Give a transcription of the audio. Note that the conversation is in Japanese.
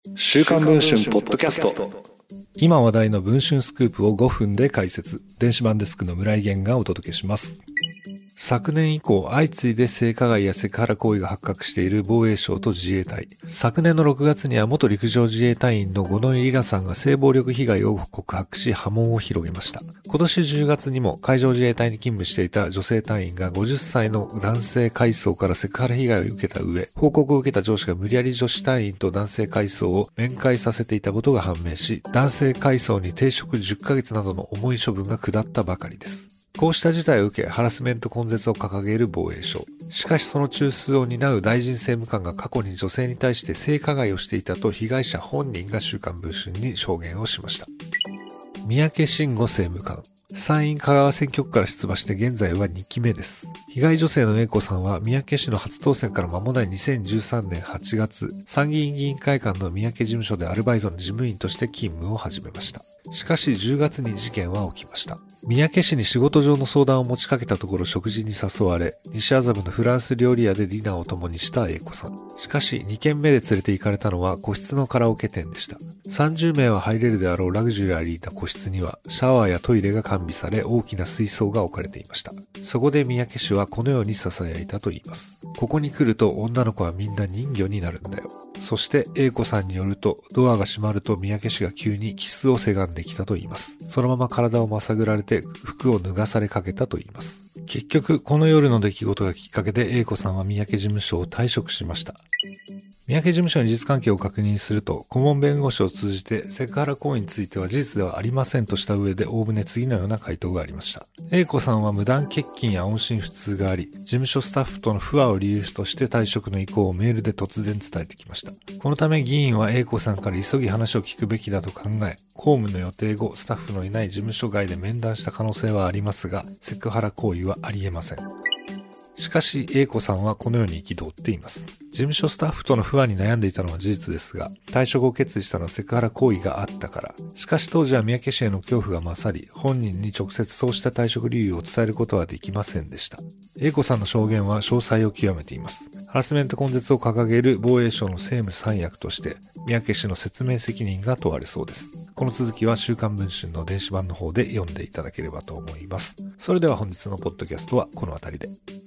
週刊文春ポッドキャスト。 今話題の文春スクープを5分で解説。電子版デスクの村井源がお届けします。昨年以降、相次いで性加害やセクハラ行為が発覚している防衛省と自衛隊。昨年の6月には元陸上自衛隊員の五ノ井里奈さんが性暴力被害を告白し波紋を広げました。今年10月にも海上自衛隊に勤務していた女性隊員が50歳の男性海曹からセクハラ被害を受けた上、報告を受けた上司が無理やり女子隊員と男性海曹を面会させていたことが判明し、男性海曹に停職10ヶ月などの重い処分が下ったばかりです。こうした事態を受け、ハラスメント根絶を掲げる防衛省。しかしその中枢を担う大臣政務官が過去に女性に対して性加害をしていたと被害者本人が週刊文春に証言をしました。三宅伸吾政務官。参院香川選挙区から出馬して現在は2期目です。被害女性の A 子さんは三宅市の初当選から間もない2013年8月、参議院議員会館の三宅事務所でアルバイトの事務員として勤務を始めました。しかし10月に事件は起きました。三宅市に仕事上の相談を持ちかけたところ食事に誘われ、西麻布のフランス料理屋でディナーを共にした A 子さん。しかし2軒目で連れて行かれたのは個室のカラオケ店でした。30名は入れるであろうラグジュアリーな個室にはシャワーやトイレが完備され、大きな水槽が置かれていました。そこで三宅氏はこのように囁いたと言います。ここに来ると女の子はみんな人魚になるんだよ。そして A 子さんによると、ドアが閉まると三宅氏が急にキスをせがんできたと言います。そのまま体をまさぐられて服を脱がされかけたと言います。結局この夜の出来事がきっかけで A 子さんは三宅事務所を退職しました。三宅事務所に事実関係を確認すると、顧問弁護士を通じてセクハラ行為については事実ではありませんとした上で、おおむね次のような回答がありました。A 子さんは無断欠勤や音信不通があり、事務所スタッフとの不和を理由として退職の意向をメールで突然伝えてきました。このため議員は A 子さんから急ぎ話を聞くべきだと考え、公務の予定後、スタッフのいない事務所外で面談した可能性はありますが、セクハラ行為はありえません。しかし A 子さんはこのように憤っています。事務所スタッフとの不和に悩んでいたのは事実ですが、退職を決意したのはセクハラ行為があったから。しかし当時は三宅氏への恐怖が勝り、本人に直接そうした退職理由を伝えることはできませんでした。A 子さんの証言は詳細を極めています。ハラスメント根絶を掲げる防衛省の政務三役として、三宅氏の説明責任が問われそうです。この続きは週刊文春の電子版の方で読んでいただければと思います。それでは本日のポッドキャストはこの辺りで。